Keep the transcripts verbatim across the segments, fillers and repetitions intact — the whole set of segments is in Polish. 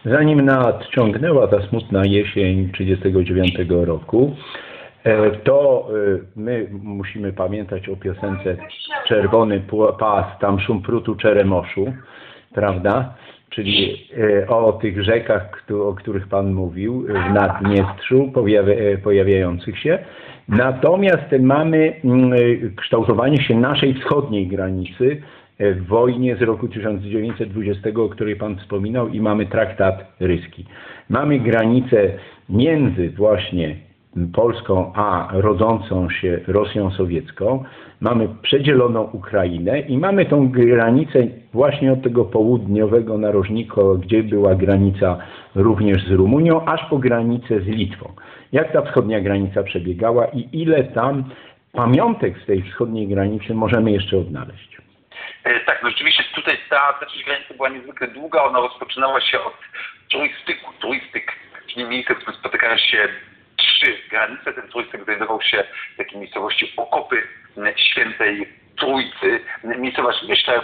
Zanim nadciągnęła ta smutna jesień trzydziestego dziewiątego roku, to my musimy pamiętać o piosence Czerwony pas, tam szum prutu Czeremoszu, prawda? Czyli o tych rzekach, o których Pan mówił, w Naddniestrzu pojawiających się. Natomiast mamy kształtowanie się naszej wschodniej granicy w wojnie z roku tysiąc dziewięćset dwudziestego, o której Pan wspominał, i mamy traktat ryski. Mamy granicę między właśnie Polską a rodzącą się Rosją sowiecką, mamy przedzieloną Ukrainę i mamy tą granicę właśnie od tego południowego narożnika, gdzie była granica również z Rumunią, aż po granicę z Litwą. Jak ta wschodnia granica przebiegała i ile tam pamiątek z tej wschodniej granicy możemy jeszcze odnaleźć? Tak, no rzeczywiście tutaj ta, ta część granicy była niezwykle długa, ona rozpoczynała się od trójstyku. Trójstyk, czyli miejsce, w którym spotykają się trzy granice. Ten trójstyk znajdował się w takiej miejscowości Okopy Świętej Trójcy. Miejscowość, myślę,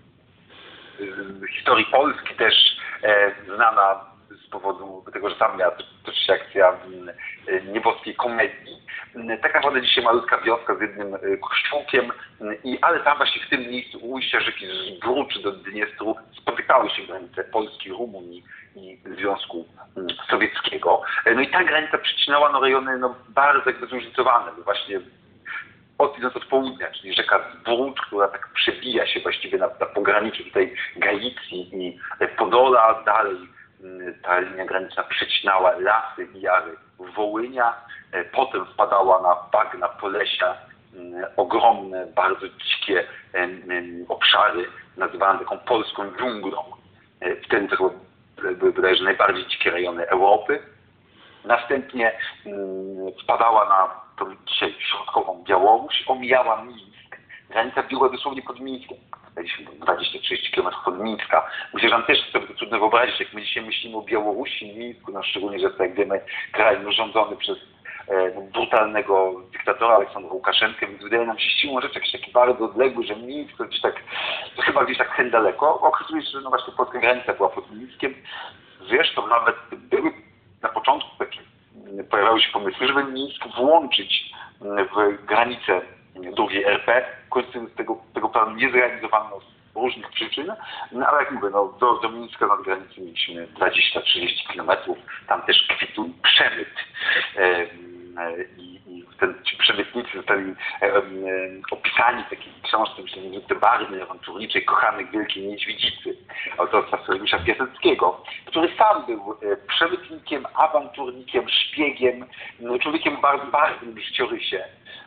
z historii Polski też e, znana z powodu tego, że tam miała toczyć się akcja nieboskiej komedii. Tak naprawdę dzisiaj malutka wioska z jednym kościółkiem, i, ale tam właśnie w tym miejscu u ujścia rzeki Zbrucz do Dniestru spotykały się granice Polski, Rumunii i Związku Sowieckiego. No i ta granica przecinała no, rejony no, bardzo jakby zróżnicowane, no właśnie od, idąc od południa, czyli rzeka Zbrucz, która tak przebija się właściwie na, na pograniczu tutaj Galicji i Podola, dalej ta linia graniczna przecinała lasy i jary Wołynia, potem wpadała na bagna Polesia, ogromne, bardzo dzikie obszary, nazywane taką polską dżunglą. Wtedy to były bodajże najbardziej dzikie rejony Europy. Następnie wpadała na tą dzisiaj środkową Białoruś, omijała Mińsk. Granica biła dosłownie pod Mińskiem. dwadzieścia trzydzieści kilometrów od Mińska. Myślę, że nam też sobie to trudno wyobrazić, jak my dzisiaj myślimy o Białorusi, Mińsku, no szczególnie, że to jak wiemy kraj no, rządzony przez e, brutalnego dyktatora Aleksandra Łukaszenkę, więc wydaje nam się siłą rzeczy jakiś taki bardzo odległy, że Mińsk to gdzieś tak, to chyba gdzieś tak hen daleko. Okazuje się, że no właśnie polska granica była pod Mińskiem. Zresztą nawet były na początku takie, pojawiały się pomysły, żeby Mińsk włączyć w granicę drugiej R P. W końcu tego, tego planu nie zrealizowano z różnych przyczyn, no ale jak mówię, no, do, do Mińska nad granicą mieliśmy dwadzieścia trzydzieści kilometrów, tam też kwitł przemyt. E, i, i ten, ci przemytnicy zostali e, e, opisani w takiej książce, myślę, niezwykle barwnej, awanturniczej, Kochanych Wielkiej Niedźwiedzicy, autorstwa Sergiusza Piaseckiego, który sam był e, przemytnikiem, awanturnikiem, szpiegiem, no, człowiekiem bardzo barwnym w życiorysie.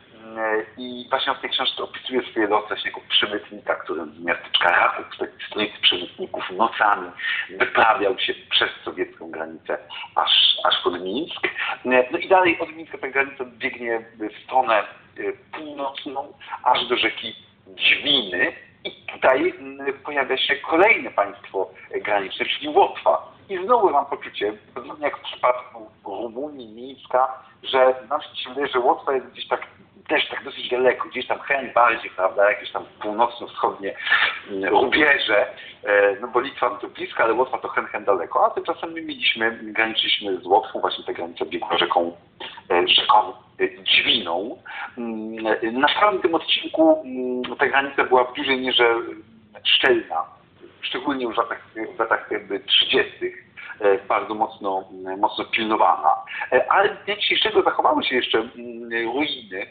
I właśnie w tej książce opisuje swoje losy właśnie jako przemytnika, który z miasteczka Raków, z takich stolicy przemytników, nocami wyprawiał się przez sowiecką granicę aż, aż pod Mińsk. No i dalej od Mińska ta granica biegnie w stronę północną, aż do rzeki Dźwiny. I tutaj pojawia się kolejne państwo graniczne, czyli Łotwa. I znowu mam poczucie, podobnie jak w przypadku Rumunii, Mińska, że nam się wydaje, że Łotwa jest gdzieś tak też tak dosyć daleko, gdzieś tam hen bardziej, prawda, jakieś tam północno-wschodnie rubieże, no bo Litwa to blisko, ale Łotwa to hen hen daleko, a tymczasem my mieliśmy, graniczyliśmy z Łotwą, właśnie ta granica biegła rzeką, rzeką Dźwiną. Na samym tym odcinku ta granica była w dużej mierze szczelna, szczególnie już w latach, w latach trzydziestych. Bardzo mocno, mocno pilnowana. Ale dnia dzisiejszego zachowały się jeszcze ruiny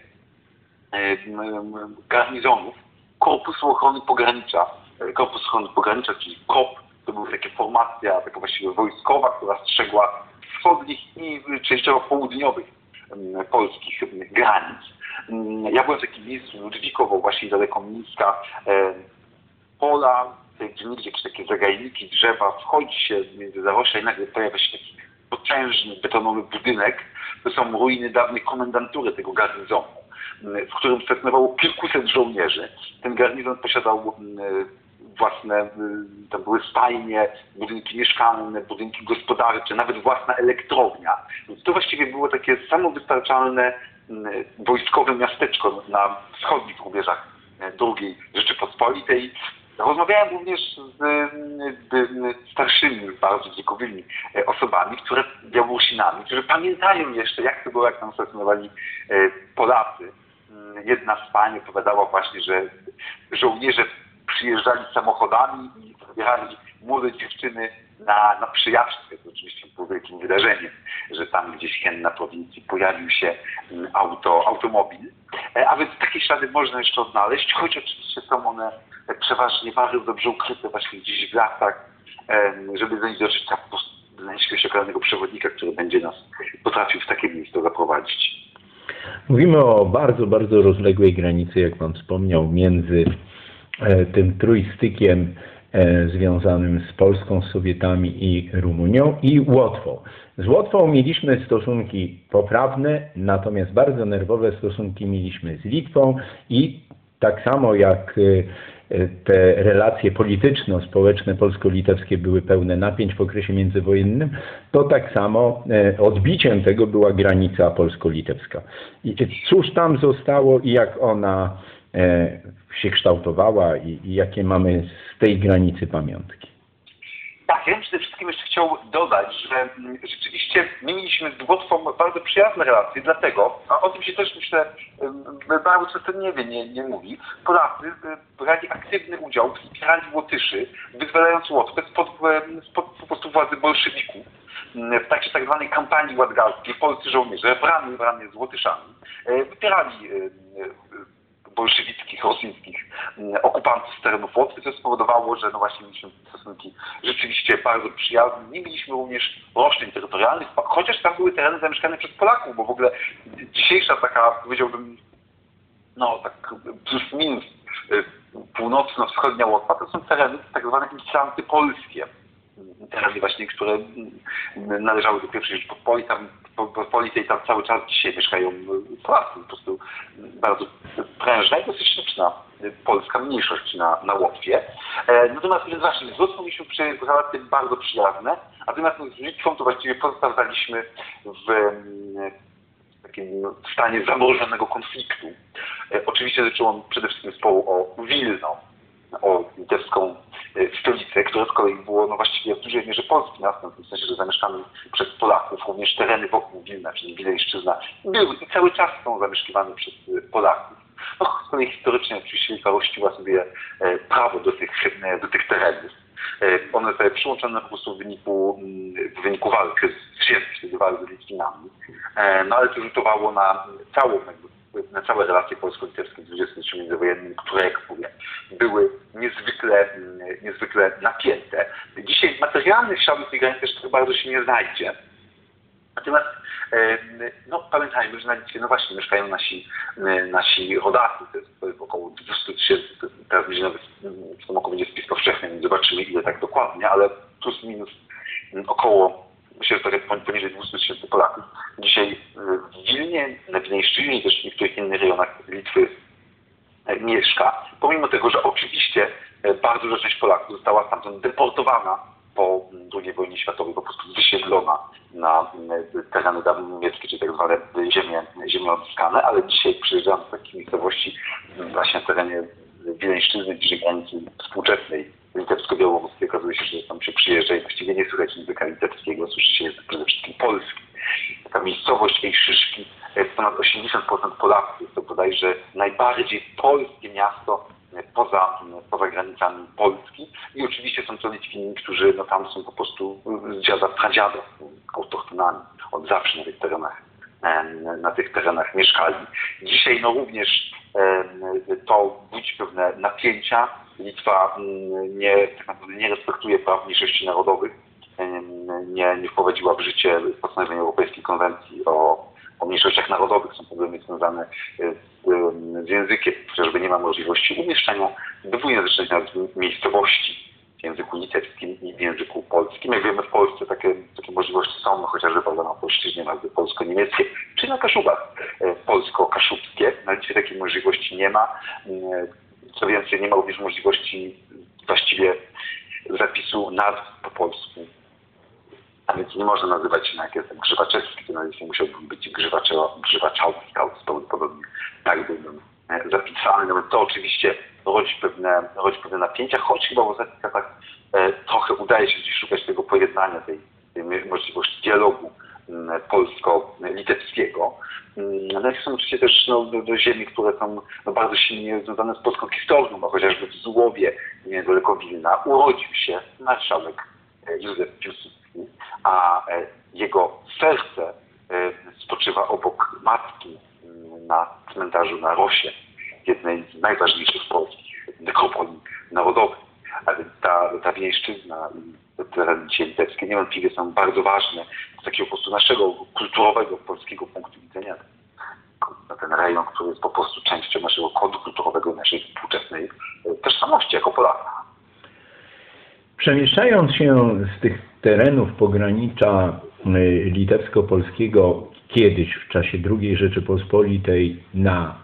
garnizonów Korpusu Ochrony Pogranicza. Korpus Ochrony Pogranicza, czyli K O P, to była taka formacja, taka właściwie wojskowa, która strzegła wschodnich i częściowo południowych polskich granic. Ja byłem w takim miejscu, Ludwikowo, właśnie daleko Mińska, pola, gdzie nigdzie jakieś takie zagajniki, drzewa, wchodzi się między zarośla i nagle pojawia się taki potężny betonowy budynek. To są ruiny dawnej komendantury tego garnizonu, w którym stacjonowało kilkuset żołnierzy. Ten garnizon posiadał własne, tam były stajnie, budynki mieszkalne, budynki gospodarcze, nawet własna elektrownia. Więc to właściwie było takie samowystarczalne wojskowe miasteczko na wschodnich rubieżach drugiej Rzeczypospolitej. Rozmawiałem również z, z starszymi, bardzo wiekowymi osobami, które Białorusinami, którzy pamiętają jeszcze, jak to było, jak tam stacjonowali Polacy. Jedna z pań opowiadała właśnie, że żołnierze przyjeżdżali samochodami i zabierali młode dziewczyny na, na przyjażdżkę. To oczywiście było wielkim wydarzeniem, że tam gdzieś hen na prowincji pojawił się auto, automobil. A więc takie ślady można jeszcze odnaleźć, choć oczywiście są one przeważnie bardzo dobrze ukryte właśnie gdzieś w lasach, żeby znaleźć jakiegoś lokalnego przewodnika, który będzie nas potrafił w takie miejsce zaprowadzić. Mówimy o bardzo, bardzo rozległej granicy, jak Pan wspomniał, między e, tym trójstykiem e, związanym z Polską, z Sowietami i Rumunią i Łotwą. Z Łotwą mieliśmy stosunki poprawne, natomiast bardzo nerwowe stosunki mieliśmy z Litwą i tak samo jak e, te relacje polityczno-społeczne polsko-litewskie były pełne napięć w okresie międzywojennym, to tak samo odbiciem tego była granica polsko-litewska. I cóż tam zostało i jak ona się kształtowała i, i jakie mamy z tej granicy pamiątki? Tak, ja bym przede wszystkim jeszcze chciał dodać, że rzeczywiście my mieliśmy z Łotwą bardzo przyjazne relacje, dlatego, a o tym się też myślę bardzo często nie wie, nie, nie mówi, Polacy brali aktywny udział, wspierali Łotyszy, wyzwalając Łotwę spod, spod po prostu władzy bolszewików. W trakcie tak zwanej kampanii ładgalskiej polscy żołnierze w ramię, w ramię z Łotyszami wypierali bolszewickich, rosyjskich okupantów z terenów Łotwy, co spowodowało, że no właśnie mieliśmy stosunki rzeczywiście bardzo przyjazne. Nie mieliśmy również roszczeń terytorialnych, chociaż tam były tereny zamieszkane przez Polaków, bo w ogóle dzisiejsza taka, powiedziałbym, no tak plus minus północno-wschodnia Łotwa, to są tereny tak zwane islanty polskie. Tereny właśnie, które należały do pierwszej Rzeczypospolitej, tam cały czas dzisiaj mieszkają Polacy, po prostu bardzo prężna i dosyć liczna polska mniejszość na, na Łotwie. Natomiast więc właśnie z Łotwą mieliśmy relacje bardzo przyjazne, natomiast z Litwą to właściwie pozostawaliśmy w takim stanie zamrożonego konfliktu. Oczywiście zaczął on przede wszystkim z sporu o Wilno, o litewską stolicę, która z kolei było no właściwie w dużej mierze polskim miastem, w tym sensie, że zamieszkamy przez Polaków, również tereny wokół Wilna, czyli Wilejszczyzna, były i cały czas są zamieszkiwane przez Polaków. No z kolei historycznie oczywiście Litwa rościła sobie prawo do tych, do tych terenów. One zostały przyłączone po prostu w wyniku, w wyniku walki z wsiedli, walki z Litwinami. No ale to rzutowało na całą jakby na całe relacje polsko-litewskie w dwudziestoleciu międzywojennym, które, jak mówię, były niezwykle, niezwykle napięte. Dzisiaj materialnych śladów tej granicy jeszcze bardzo się nie znajdzie. Natomiast no, pamiętajmy, że na Litwie no właśnie mieszkają nasi, nasi rodacy, to jest około dwieście tysięcy, teraz będzie nawet w tym około będzie spis powszechny, więc zobaczymy ile tak dokładnie, ale plus minus około, myślę, że trochę poniżej dwieście tysięcy Polaków. Dzisiaj w Wilnie, na Wilejszczyźnie i też w niektórych innych rejonach Litwy mieszka, pomimo tego, że oczywiście bardzo duża część Polaków została stamtąd deportowana po drugiej wojnie światowej, po prostu wysiedlona na tereny dawne niemieckie, czyli tak zwane ziemie, ziemie odzyskane, ale dzisiaj przyjeżdżam do takich miejscowości właśnie w terenie Wilejszczyzny, bliżej granicy współczesnej litewsko-białoruskiej. Okazuje się, że tam się przyjeżdża i właściwie nie słychać języka litewskiego, słyszy się język przede wszystkim polski. Taka miejscowość Ejszyszki, ponad osiemdziesiąt procent Polaków, jest to bodajże najbardziej polskie miasto poza, poza granicami Polski i oczywiście są to Litwini, którzy no, tam są po prostu z dziada pradziada, autochtonami, od zawsze na tych terenach, na tych terenach mieszkali. Dzisiaj no również to budzi pewne napięcia. Litwa nie, tak naprawdę nie respektuje praw mniejszości narodowych, nie, nie wprowadziła w życie postanowień Europejskiej Konwencji o, o mniejszościach narodowych. Są problemy związane z, z językiem, chociażby nie ma możliwości umieszczenia dwujęzycznych miejscowości w języku litewskim i w języku polskim. Jak wiemy, w Polsce takie, takie możliwości są, no chociażby prawda, na polszczyźnie nazwy polsko-niemieckie, czy na Kaszubach polsko-kaszubskie. Na Litwie takiej możliwości nie ma. Co więcej, nie ma również możliwości właściwie zapisu nazw po polsku. A więc nie można nazywać się, jak jestem Grzywaczewski, to na Litwie musiałbym być Grzywaczałowski, prawdopodobnie tak bym zapisany. No to oczywiście rodzi pewne, rodzi pewne napięcia, choć chyba w ostatnich latach trochę udaje się gdzieś szukać tego pojednania, tej, tej możliwości dialogu polsko-litewskiego. No i są oczywiście też no, do, do ziemi, które są no, bardzo silnie związane z polską historią, no, chociażby w Złowie, niedaleko Wilna, urodził się marszałek Józef Piłsudski, a jego serce spoczywa obok matki na cmentarzu na Rosie, jednej z najważniejszych polskich nekropolii narodowych. A więc ta, ta wiejszczyzna i tereny dzisiaj litewskie niewątpliwie są bardzo ważne z takiego po prostu naszego kulturowego, polskiego punktu widzenia. Ten rejon, który jest po prostu częścią naszego kodu kulturowego, naszej współczesnej tożsamości jako Polaka. Przemieszczając się z tych terenów pogranicza litewsko-polskiego kiedyś w czasie drugiej Rzeczypospolitej na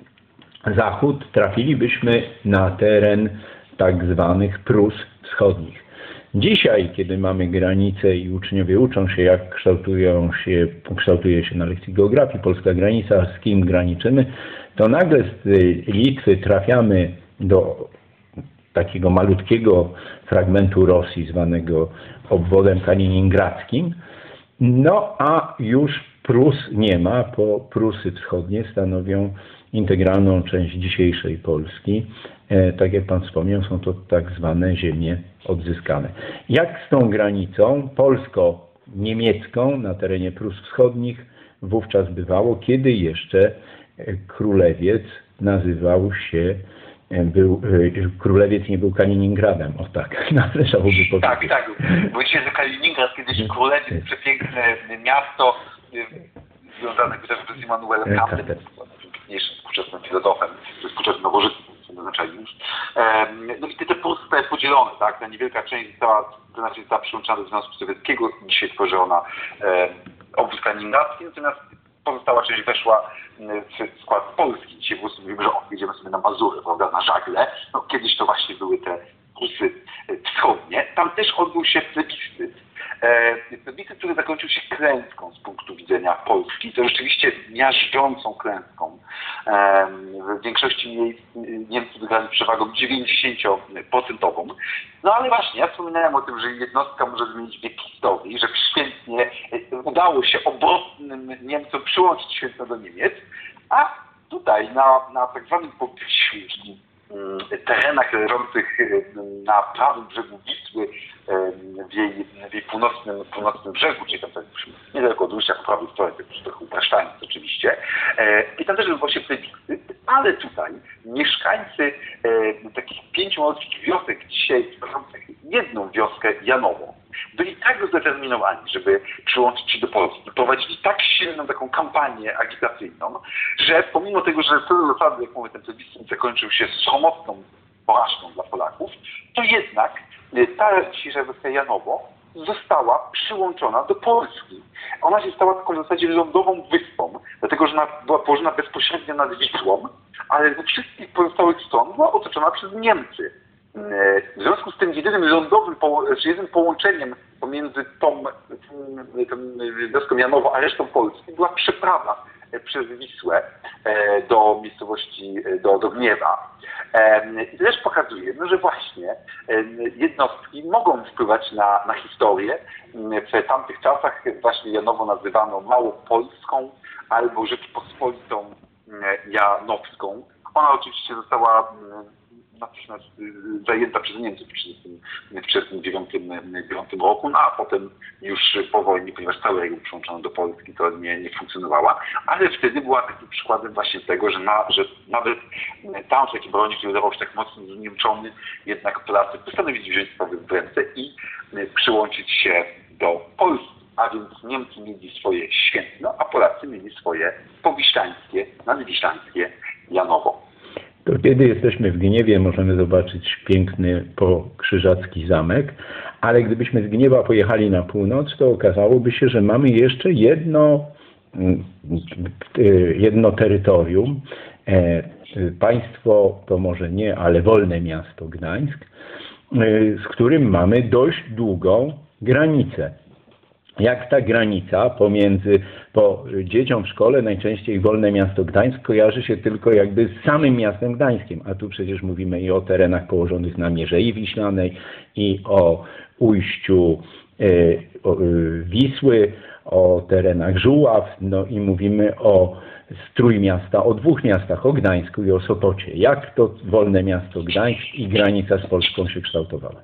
zachód, trafilibyśmy na teren tak zwanych Prus Wschodnich. Dzisiaj, kiedy mamy granice i uczniowie uczą się, jak kształtują się, kształtuje się na lekcji geografii polska granica, z kim graniczymy, to nagle z Litwy trafiamy do takiego malutkiego fragmentu Rosji zwanego obwodem kaliningradzkim. No a już Prus nie ma, bo Prusy Wschodnie stanowią integralną część dzisiejszej Polski. E, tak jak Pan wspomniał, są to tak zwane ziemie odzyskane. Jak z tą granicą polsko-niemiecką na terenie Prus Wschodnich wówczas bywało, kiedy jeszcze Królewiec nazywał się, był, Królewiec nie był Kaliningradem, o tak, należałoby powiedzieć. Tak, tak, bo dzisiaj to Kaliningrad, kiedyś Królewiec, przepiękne miasto, związane chociażby z Immanuelem Kantem, najpiękniejszym współczesnym filozofem, współczesnym nowożytnym, co oznaczali już. No i te, te Prusy zostały podzielone, tak? Ta niewielka część została, to znaczy została przyłączona do Związku Sowieckiego, dzisiaj tworzy ona e, obwód kaliningradzki, natomiast pozostała część weszła w skład Polski. Dzisiaj po prostu mówimy, że o, jedziemy sobie na Mazury, prawda, na żagle. No, kiedyś to właśnie były te Prusy Wschodnie. Tam też odbył się plebiscyt. Plebiscyt, który zakończył się klęską z punktu widzenia Polski. To rzeczywiście miażdżącą klęską. W większości miejsc Niemcy wygrali przewagą dziewięćdziesięcioprocentową. No ale właśnie, ja wspominałem o tym, że jednostka może zmienić bieg historii, że świetnie udało się obrotnym Niemcom przyłączyć świetnie do Niemiec, a tutaj na, na tak zwanym Powiślu, terenach leżących na prawym brzegu Wisły, w jej, w jej północnym, północnym brzegu, czyli tam tak niedaleko od Ujścia po prawej stronie, tak trochę upraszczając oczywiście. I tam też odbywał się plebiscyt, ale tutaj mieszkańcy takich pięciu małych wiosek, dzisiaj tworzących jedną wioskę Janową, byli tak zdeterminowani, żeby przyłączyć się do Polski i prowadzili tak silną taką kampanię agitacyjną, że pomimo tego, że co do zasady, jak mówię, ten plebiscyt zakończył się sromotną porażką dla Polaków, to jednak ta dzisiejsza wioska Janowo została przyłączona do Polski. Ona się stała taką w zasadzie lądową wyspą, dlatego że ona była położona bezpośrednio nad Wisłą, ale ze wszystkich pozostałych stron była otoczona przez Niemcy. W związku z tym jedynym lądowym, jedynym połączeniem pomiędzy tą, tą wioską Janową a resztą Polski była przeprawa przez Wisłę do miejscowości, do, do Gniewa. I to też pokazuje, no, że właśnie jednostki mogą wpływać na, na historię. W tamtych czasach właśnie Janowo nazywano Małopolską albo Rzeczpospolitą Janowską. Ona oczywiście została natychmiast zajęta przez Niemców w tysiąc dziewięćset czterdziestym dziewiątym roku, no a potem już po wojnie, ponieważ cały region przyłączono do Polski, to nie, nie funkcjonowała, ale wtedy była takim przykładem właśnie tego, że, na, że nawet tam, jaki broni, który wydawał się tak mocno zniemczony, jednak Polacy postanowili wziąć sprawy w ręce i przyłączyć się do Polski. A więc Niemcy mieli swoje Świętno, a Polacy mieli swoje powiślańskie, nadwiślańskie Janowo. To kiedy jesteśmy w Gniewie, możemy zobaczyć piękny pokrzyżacki zamek, ale gdybyśmy z Gniewa pojechali na północ, to okazałoby się, że mamy jeszcze jedno, jedno terytorium. Państwo to może nie, ale wolne miasto Gdańsk, z którym mamy dość długą granicę. jak ta granica pomiędzy, bo dzieciom w szkole najczęściej Wolne Miasto Gdańsk kojarzy się tylko jakby z samym miastem Gdańskiem, a tu przecież mówimy i o terenach położonych na Mierzei Wiślanej, i o ujściu y, o, y, Wisły, o terenach Żuław, no i mówimy o Trójmiasta, o dwóch miastach, o Gdańsku i o Sopocie. Jak to Wolne Miasto Gdańsk i granica z Polską się kształtowały?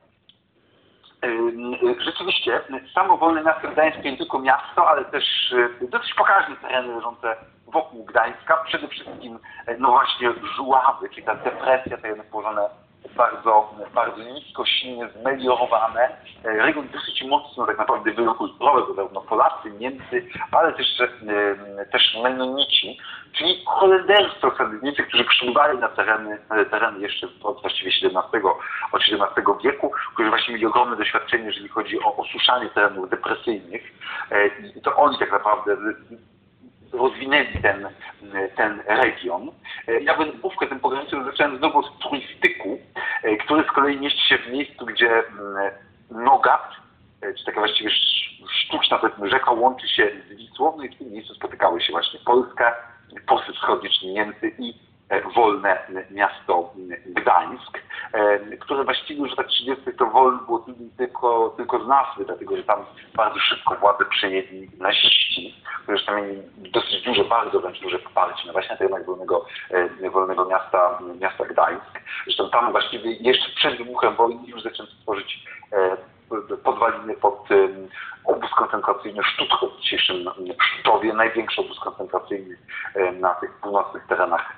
Rzeczywiście, samo Wolne Miasto Gdańsk to nie tylko miasto, ale też dosyć pokaźne tereny leżące wokół Gdańska. Przede wszystkim, no właśnie, Żuławy, czyli ta depresja, tereny położone bardzo, bardzo nisko, silnie zmeliorowane. Region dosyć mocno tak naprawdę wielokulturowy, zarówno Polacy, Niemcy, ale też, też Mennonici, czyli holenderscy osadnicy, którzy przybywali na tereny, tereny jeszcze od właściwie siedemnastego, od siedemnastego wieku, którzy właśnie mieli ogromne doświadczenie, jeżeli chodzi o osuszanie terenów depresyjnych. I to oni tak naprawdę rozwinęli ten, ten region. Ja wędrówkę tym pograniczu zacząłem znowu od turystyku, który z kolei mieści się w miejscu, gdzie Nogat, czy taka właściwie sztuczna powiedzmy rzeka, łączy się z Wisłą, no i w tym miejscu spotykały się właśnie Polska, Polscy Wschodni, czyli Niemcy i Wolne Miasto Gdańsk, które właściwie już w latach trzydziestych to wolne było tylko, tylko z nazwy, dlatego że tam bardzo szybko władzę przejęli naziści, którzy tam mieli dosyć duże, bardzo wręcz duże poparcie no właśnie na terenach wolnego, wolnego miasta, miasta Gdańsk. Zresztą tam właściwie jeszcze przed wybuchem wojny już zaczęto tworzyć podwaliny pod obóz koncentracyjny Stuttgart w dzisiejszym Sztutowie, największy obóz koncentracyjny na tych północnych terenach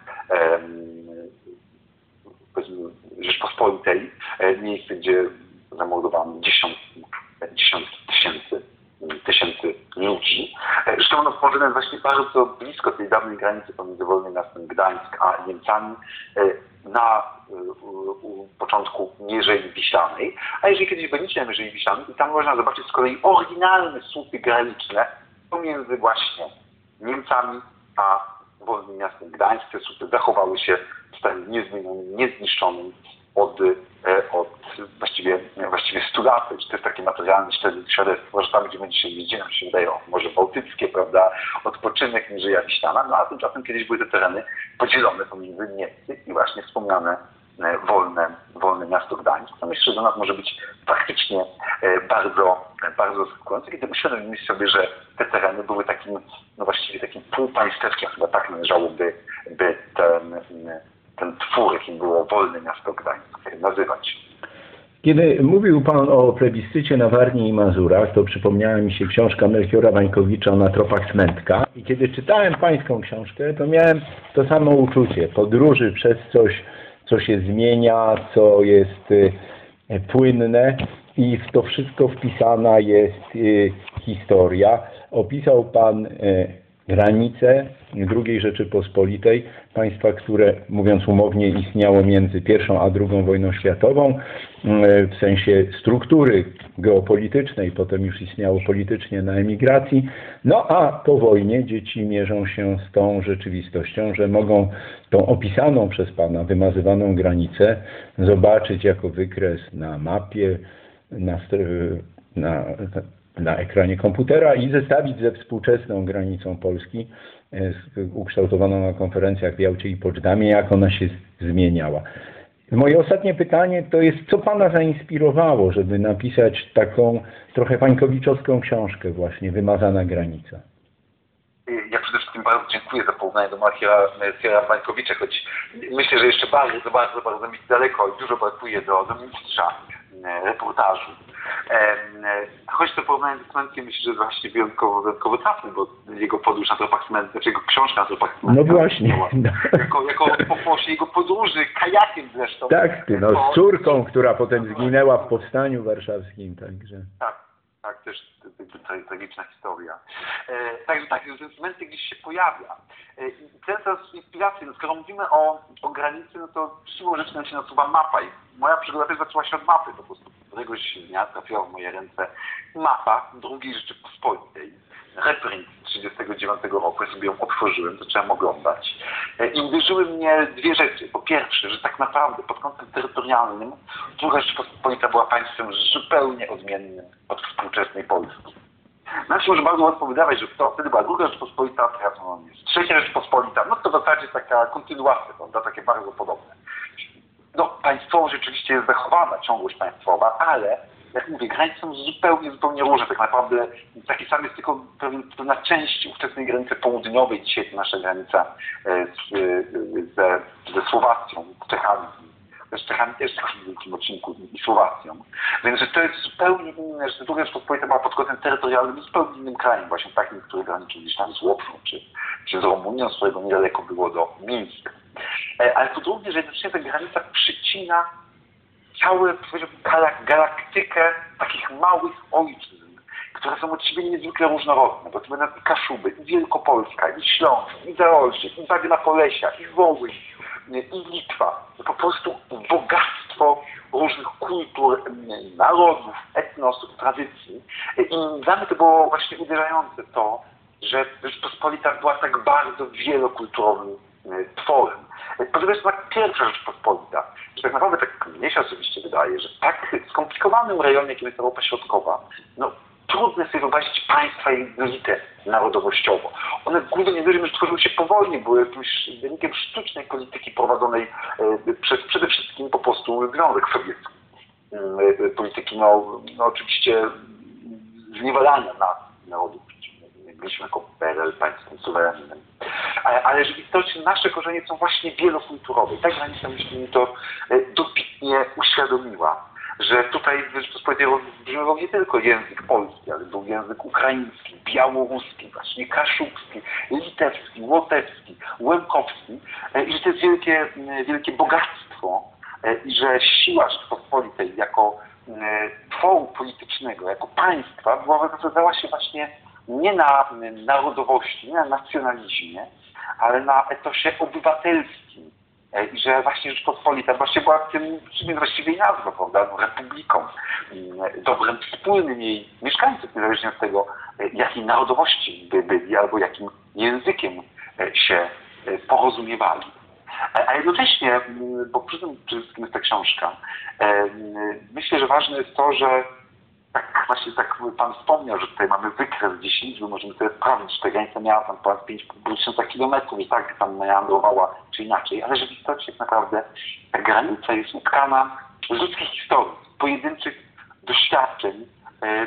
Rzeczpospolitej, miejsce, gdzie zamordowano dziesiąt, dziesiąt tysięcy, tysięcy ludzi. Zresztą ono położone jest właśnie bardzo blisko tej dawnej granicy pomiędzy Wolnym Miastem Gdańsk a Niemcami na u początku Mierzei Wiślanej. A jeżeli kiedyś będziecie na Mierzei Wiślanej, to tam można zobaczyć z kolei oryginalne słupy graniczne pomiędzy właśnie Niemcami a Wolnym Miastem Gdańsk. Te słupy zachowały się w stanie niezmienionym, niezniszczonym od, od właściwie, właściwie stu lat. To jest takie materialne świadectwo, że tam, gdzie my dzisiaj widzimy, nam się wydaje, o, może bałtyckie, prawda, odpoczynek, Mierzeja Wiślana, no a tymczasem kiedyś były te tereny podzielone pomiędzy Niemcy i właśnie wspomniane wolne, wolne miasto Gdańsk. No myślę, że dla nas może być faktycznie bardzo, bardzo zaskakujące, kiedy uświadomimy sobie, że te tereny były takim, no właściwie takim półpaństewkiem, chyba tak należałoby by ten, ten twór, jakim było Wolne Miasto Gdańsk, nazywać. Kiedy mówił Pan o plebiscycie na Warmii i Mazurach, to przypomniała mi się książka Melchiora Wańkowicza Na tropach Cmentka. I kiedy czytałem Pańską książkę, to miałem to samo uczucie podróży przez coś, co się zmienia, co jest y, płynne i w to wszystko wpisana jest y, historia. Opisał Pan y, granice drugiej Rzeczypospolitej, państwa, które, mówiąc umownie, istniało między pierwszą a drugą wojną światową, w sensie struktury geopolitycznej, potem już istniało politycznie na emigracji, no a po wojnie dzieci mierzą się z tą rzeczywistością, że mogą tą opisaną przez Pana, wymazywaną granicę zobaczyć jako wykres na mapie, na, na na ekranie komputera i zestawić ze współczesną granicą Polski, ukształtowaną na konferencjach w Jałcie i Poczdamie, jak ona się zmieniała. Moje ostatnie pytanie to jest, co Pana zainspirowało, żeby napisać taką trochę wańkowiczowską książkę właśnie, Wymazana granica? Ja przede wszystkim bardzo dziękuję za porównanie do Melchiora Wańkowicza, choć myślę, że jeszcze bardzo, bardzo, bardzo mi daleko i dużo brakuje do, do mistrza reportażu. Choć to porównanie z Cmentkiem myślę, że jest właśnie wyjątkowo, wyjątkowo trafny, bo jego podróż na tropach Cmentka, znaczy jego książka na tropach Cmentka. No właśnie. No. Jako, jako po jego podróży, kajakiem zresztą. Tak, ty, no z córką, która potem zginęła w powstaniu warszawskim, także. Tak. Tak, też tragiczna historia. E, także tak, ten Cmentek gdzieś się pojawia. E, I ten z inspiracji, no, skoro mówimy o, o granicy, no to siłą rzeczy nam się nasuwa mapa. I moja przygoda też zaczęła się od mapy. Po prostu któregoś dnia trafiła w moje ręce mapa drugiej Rzeczypospolitej. Reprint z trzydziestego dziewiątego roku, ja sobie ją otworzyłem, zacząłem oglądać. E, I uderzyły mnie dwie rzeczy. Po pierwsze, że tak naprawdę pod kątem terytorialnym druga Rzeczypospolita była państwem zupełnie odmiennym od współczesnej Polski. nam się może bardzo łatwo wydawać, że to wtedy była druga Rzeczpospolita, teraz no, jest trzecia Rzeczpospolita, no to w zasadzie taka kontynuacja, prawda, takie bardzo podobne. No, państwowość rzeczywiście jest zachowana, ciągłość państwowa, ale jak mówię, granice są zupełnie, zupełnie różne. Tak naprawdę taki sam jest tylko pewna część ówczesnej granicy południowej. Dzisiaj to nasza granica z, ze, ze Słowacją, Czechami. Z Czechami też w wielkim odcinku i Słowacją. Więc że to jest zupełnie inne, że druga Rzeczpospolita była pod kątem terytorialnym zupełnie innym krajem, właśnie takim, który graniczył gdzieś tam z Łoprą, czy, czy z Rumunią, z którego niedaleko było do Mińska. Ale po drugie, że jednocześnie ta granica przycina całą, powiedziałbym, galaktykę takich małych ojczyzn, które są od siebie niezwykle różnorodne, bo to będą i Kaszuby, i Wielkopolska, i Śląsk, i Zaolzie, i Bagna Polesia, i Wołyń, i Litwa. Po prostu bogactwo różnych kultur, narodów, etnosów, tradycji. I dla mnie to było właśnie uderzające to, że Rzeczpospolita była tak bardzo wielokulturowym tworem. Podobnie jest tak pierwsza Rzeczpospolita, że tak naprawdę tak mnie się osobiście wydaje, że w tak skomplikowanym rejonie, jakim jest Europa Środkowa, no trudno sobie wyobrazić państwa jednolite narodowościowo. One głównie dużym tworzyły się po wojnie, były jakimś wynikiem sztucznej polityki prowadzonej e, przez przede wszystkim po prostu Związek Sowiecki. E, polityki, no, no oczywiście zniewalania nacji, narodów. Byliśmy jako P R L państwem suwerennym. Ale, ale rzeczywiście nasze korzenie są właśnie wielokulturowe. I ta granica, myślę, mi to e, dobitnie uświadomiła, że tutaj w Rzeczypospolitej rozbrzmiewał nie tylko język polski, ale był język ukraiński, białoruski, właśnie kaszubski, litewski, łotewski, łemkowski i że to jest wielkie, wielkie bogactwo i że siła Rzeczypospolitej jako tworu politycznego, jako państwa była wykazywała się właśnie nie na narodowości, nie na nacjonalizmie, ale na etosie obywatelskim. I że właśnie Rzeczpospolita właśnie była tym, czym jest właściwie jej nazwa, prawda, no, republiką, dobrem wspólnym jej mieszkańców, niezależnie od tego, jakiej narodowości by byli, albo jakim językiem się porozumiewali. A jednocześnie, bo przy tym wszystkim jest ta książka, myślę, że ważne jest to, że tak właśnie tak Pan wspomniał, że tutaj mamy wykres dziesięć, my możemy sobie sprawdzić, że ta granica miała tam ponad pięć tysięcy kilometrów i tak tam meandrowała czy inaczej, ale że w istocie tak naprawdę ta granica jest utkana z ludzkiej historii, pojedynczych doświadczeń, e,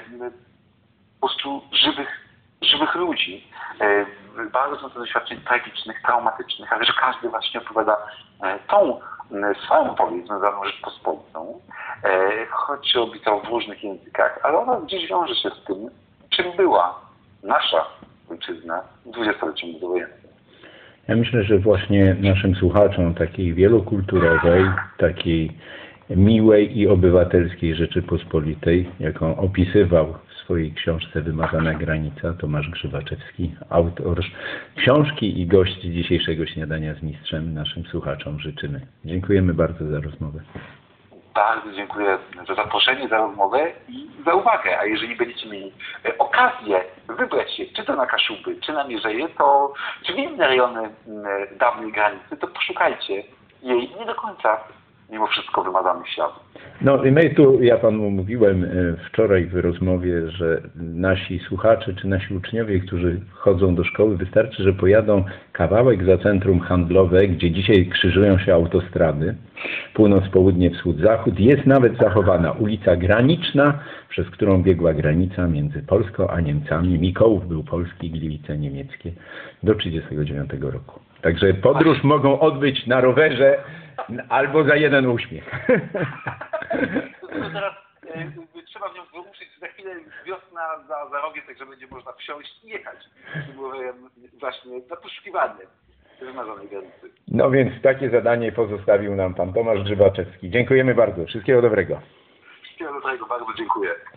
po prostu żywych, żywych ludzi, e, bardzo często doświadczeń tragicznych, traumatycznych, ale że każdy właśnie opowiada e, tą e, swoją opowieść związaną z Rzeczpospolitą, e, choć robi to w różnych językach, ale ona gdzieś wiąże się z tym, czym była nasza ojczyzna w dwudziestoleciu międzywojennym. Ja myślę, że właśnie naszym słuchaczom takiej wielokulturowej, takiej miłej i obywatelskiej Rzeczypospolitej, jaką opisywał w swojej książce Wymazana granica Tomasz Grzywaczewski, autor książki i gość dzisiejszego śniadania z mistrzem, naszym słuchaczom życzymy. Dziękujemy bardzo za rozmowę. Bardzo dziękuję za zaproszenie, za rozmowę i za uwagę. A jeżeli będziecie mieli okazję wybrać się czy to na Kaszuby, czy na Mierzeję, to czy w inne rejony dawnej granicy, to poszukajcie jej nie do końca mimo wszystko wymazanych śladów. No i my tu, ja Panu mówiłem wczoraj w rozmowie, że nasi słuchacze czy nasi uczniowie, którzy chodzą do szkoły, wystarczy, że pojadą kawałek za centrum handlowe, gdzie dzisiaj krzyżują się autostrady, północ, południe, wschód, zachód. Jest nawet zachowana ulica graniczna, przez którą biegła granica między Polską a Niemcami. Mikołów był polski, Gliwice niemieckie do trzydziestego dziewiątego roku. Także podróż mogą odbyć na rowerze albo za jeden uśmiech. No teraz e, trzeba w nią wyruszyć. Za chwilę wiosna za, za rogiem, także będzie można wsiąść i jechać. Byłem właśnie na poszukiwanie wymarzonej granicy. No więc takie zadanie pozostawił nam Pan Tomasz Grzywaczewski. Dziękujemy bardzo. Wszystkiego dobrego. Wszystkiego dobrego. Bardzo dziękuję.